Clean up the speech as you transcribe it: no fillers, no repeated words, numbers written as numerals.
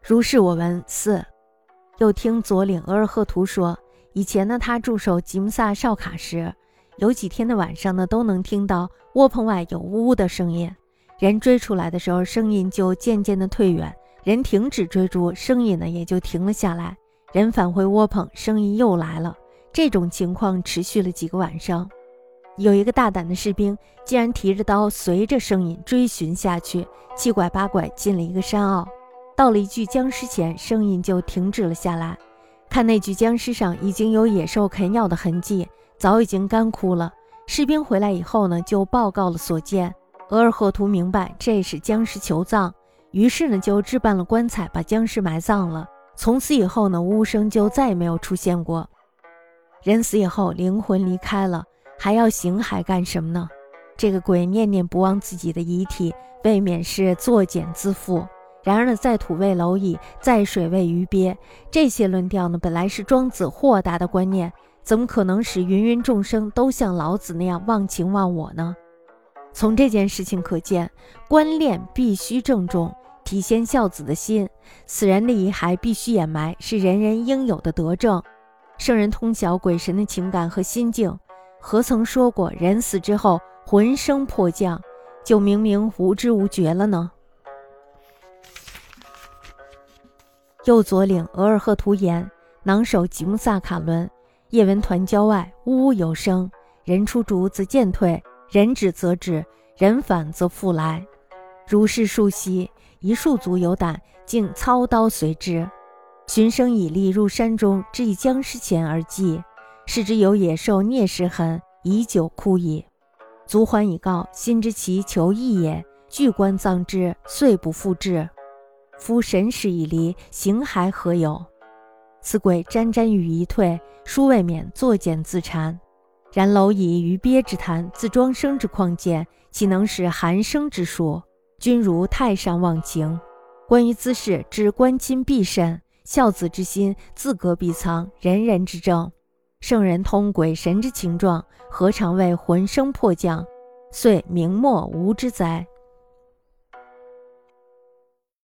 如是我闻。4。又听左领额尔赫图说，以前呢，他驻守吉姆萨哨卡时，有几天的晚上呢，都能听到窝棚外有呜呜的声音。人追出来的时候，声音就渐渐的退远，人停止追逐，声音呢也就停了下来。人返回窝棚，声音又来了。这种情况持续了几个晚上。有一个大胆的士兵，竟然提着刀随着声音追寻下去，七拐八拐进了一个山坳。到了一具僵尸前，声音就停止了下来。看那具僵尸上已经有野兽啃咬的痕迹，早已经干枯了。士兵回来以后呢，就报告了所见。额尔赫图明白这是僵尸求葬，于是呢就置办了棺材，把僵尸埋葬了。从此以后呢，呜声就再也没有出现过。人死以后，灵魂离开了，还要形骸干什么呢？这个鬼念念不忘自己的遗体，未免是作茧自缚。然而呢，在土为蝼蚁，在水为鱼鳖，这些论调呢，本来是庄子豁达的观念，怎么可能使芸芸众生都像老子那样忘情忘我呢？从这件事情可见，观念必须郑重，体现孝子的心。死人的遗骸必须掩埋，是人人应有的德政。圣人通晓鬼神的情感和心境，何曾说过人死之后魂生魄降，就明明无知无觉了呢？右左领额尔赫图言，囊守吉木萨卡伦，夜闻团郊外呜呜有声，人出逐则渐退，人止则止，人返则复来。如是数息，一数足有胆，竟操刀随之。循声以力入山中，至以僵尸前而祭，视之有野兽啮食痕，已久枯矣。卒还以告，心知其求义也，具棺葬之，遂不复至。夫神识已离，形骸何有？此鬼沾沾羽一退，殊未免作茧自缠。然蝼蚁于鳖之谈，自庄生之况见，岂能使寒生之术？君如太上忘情。关于兹事，知关亲必慎，孝子之心，自隔必藏，人人之政。圣人通鬼神之情状，何尝为魂生魄降，遂明末无之哉？